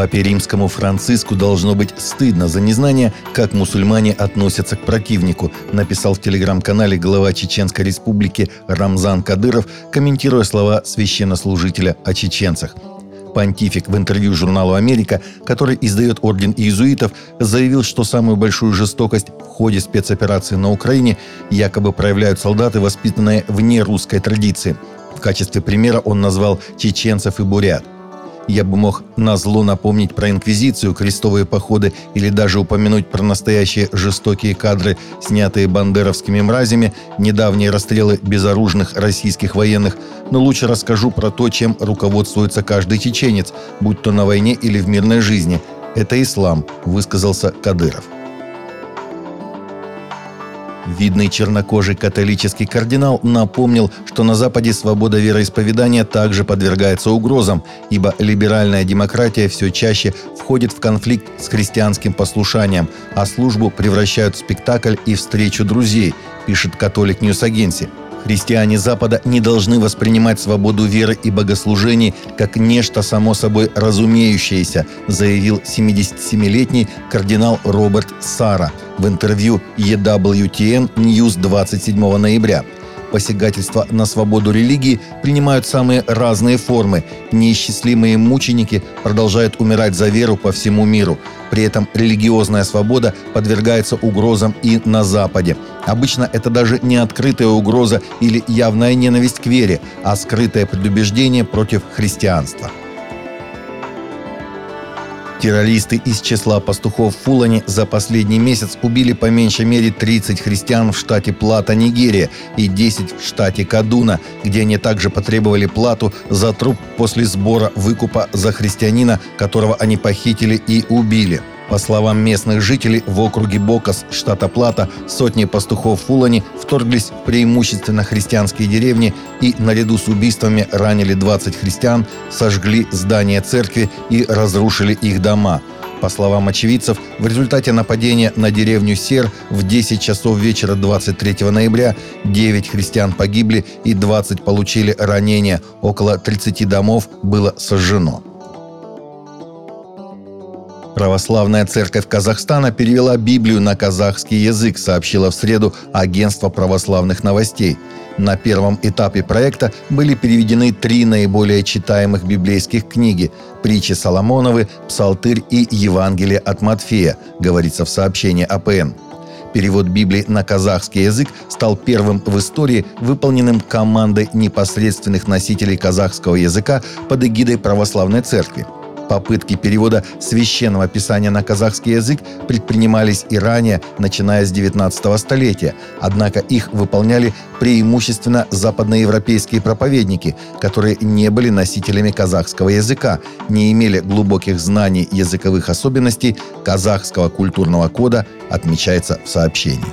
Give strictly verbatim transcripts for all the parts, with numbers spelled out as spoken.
Папе Римскому Франциску должно быть стыдно за незнание, как мусульмане относятся к противнику, написал в телеграм-канале глава Чеченской Республики Рамзан Кадыров, комментируя слова священнослужителя о чеченцах. Понтифик в интервью журналу «Америка», который издает орден иезуитов, заявил, что самую большую жестокость в ходе спецоперации на Украине якобы проявляют солдаты, воспитанные вне русской традиции. В качестве примера он назвал чеченцев и бурят. Я бы мог назло напомнить про инквизицию, крестовые походы или даже упомянуть про настоящие жестокие кадры, снятые бандеровскими мразями, недавние расстрелы безоружных российских военных, но лучше расскажу про то, чем руководствуется каждый чеченец, будь то на войне или в мирной жизни. Это ислам, высказался Кадыров. Видный чернокожий католический кардинал напомнил, что на Западе свобода вероисповедания также подвергается угрозам, ибо либеральная демократия все чаще входит в конфликт с христианским послушанием, а службу превращают в спектакль и встречу друзей, пишет Catholic News Agency. Христиане Запада не должны воспринимать свободу веры и богослужений как нечто само собой разумеющееся, заявил семидесятисемилетний кардинал Роберт Сара в интервью и дабл ю ти эн News двадцать седьмого ноября. Посягательства на свободу религии принимают самые разные формы. Неисчислимые мученики продолжают умирать за веру по всему миру. При этом религиозная свобода подвергается угрозам и на Западе. Обычно это даже не открытая угроза или явная ненависть к вере, а скрытое предубеждение против христианства. Террористы из числа пастухов Фулани за последний месяц убили по меньшей мере тридцать христиан в штате Плата, Нигерия, и десять в штате Кадуна, где они также потребовали плату за труп после сбора выкупа за христианина, которого они похитили и убили. По словам местных жителей, в округе Бокас, штата Плата, сотни пастухов Фулани вторглись в преимущественно христианские деревни и наряду с убийствами ранили двадцать христиан, сожгли здания церкви и разрушили их дома. По словам очевидцев, в результате нападения на деревню Сер в десять часов вечера двадцать третьего ноября девять христиан погибли и двадцать получили ранения. Около тридцати домов было сожжено. Православная церковь Казахстана перевела Библию на казахский язык, сообщило в среду агентство православных новостей. На первом этапе проекта были переведены три наиболее читаемых библейских книги – «Притчи Соломоновы», «Псалтырь» и «Евангелие от Матфея», говорится в сообщении а пэ эн. Перевод Библии на казахский язык стал первым в истории, выполненным командой непосредственных носителей казахского языка под эгидой православной церкви. Попытки перевода священного писания на казахский язык предпринимались и ранее, начиная с девятнадцатого столетия, однако их выполняли преимущественно западноевропейские проповедники, которые не были носителями казахского языка, не имели глубоких знаний языковых особенностей казахского культурного кода, отмечается в сообщении.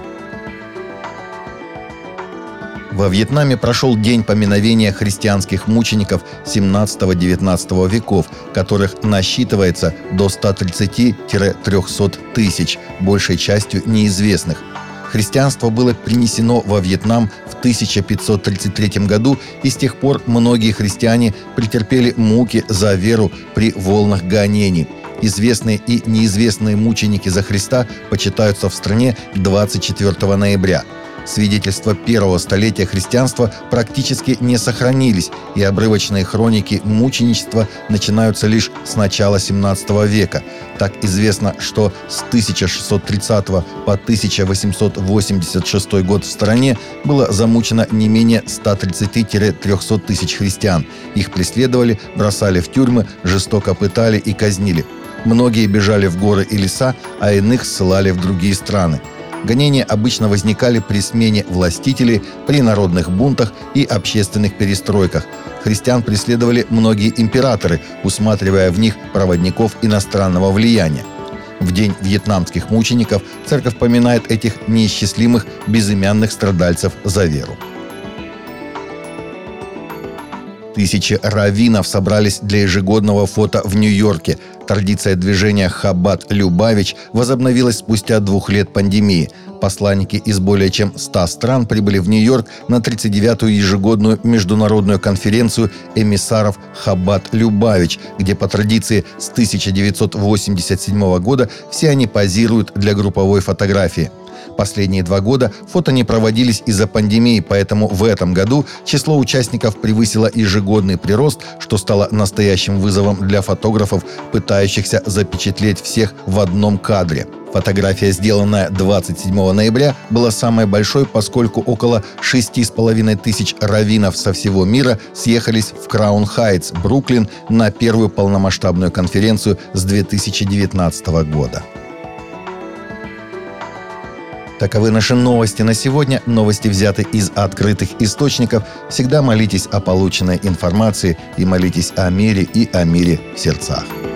Во Вьетнаме прошел день поминовения христианских мучеников семнадцатого-девятнадцатого веков, которых насчитывается до ста тридцати - трёхсот тысяч, большей частью неизвестных. Христианство было принесено во Вьетнам в тысяча пятьсот тридцать третьем году, и с тех пор многие христиане претерпели муки за веру при волнах гонений. Известные и неизвестные мученики за Христа почитаются в стране двадцать четвёртого ноября. Свидетельства первого столетия христианства практически не сохранились, и обрывочные хроники мученичества начинаются лишь с начала семнадцатого века. Так известно, что с тысяча шестьсот тридцатого по тысяча восемьсот восемьдесят шестой год в стране было замучено не менее ста тридцати - трёхсот тысяч христиан. Их преследовали, бросали в тюрьмы, жестоко пытали и казнили. Многие бежали в горы и леса, а иных ссылали в другие страны. Гонения обычно возникали при смене властителей, при народных бунтах и общественных перестройках. Христиан преследовали многие императоры, усматривая в них проводников иностранного влияния. В день вьетнамских мучеников церковь поминает этих неисчислимых безымянных страдальцев за веру. Тысячи раввинов собрались для ежегодного фото в Нью-Йорке. Традиция движения «Хаббат-Любавич» возобновилась спустя двух лет пандемии. Посланники из более чем ста стран прибыли в Нью-Йорк на тридцать девятую ежегодную международную конференцию эмиссаров «Хаббат-Любавич», где по традиции с тысяча девятьсот восемьдесят седьмого года все они позируют для групповой фотографии. Последние два года фото не проводились из-за пандемии, поэтому в этом году число участников превысило ежегодный прирост, что стало настоящим вызовом для фотографов, пытающихся запечатлеть всех в одном кадре. Фотография, сделанная двадцать седьмого ноября, была самой большой, поскольку около шести с половиной тысяч раввинов со всего мира съехались в Краун-Хайтс, Бруклин, на первую полномасштабную конференцию с две тысячи девятнадцатого года. Таковы наши новости на сегодня. Новости взяты из открытых источников. Всегда молитесь о полученной информации и молитесь о мире и о мире в сердцах.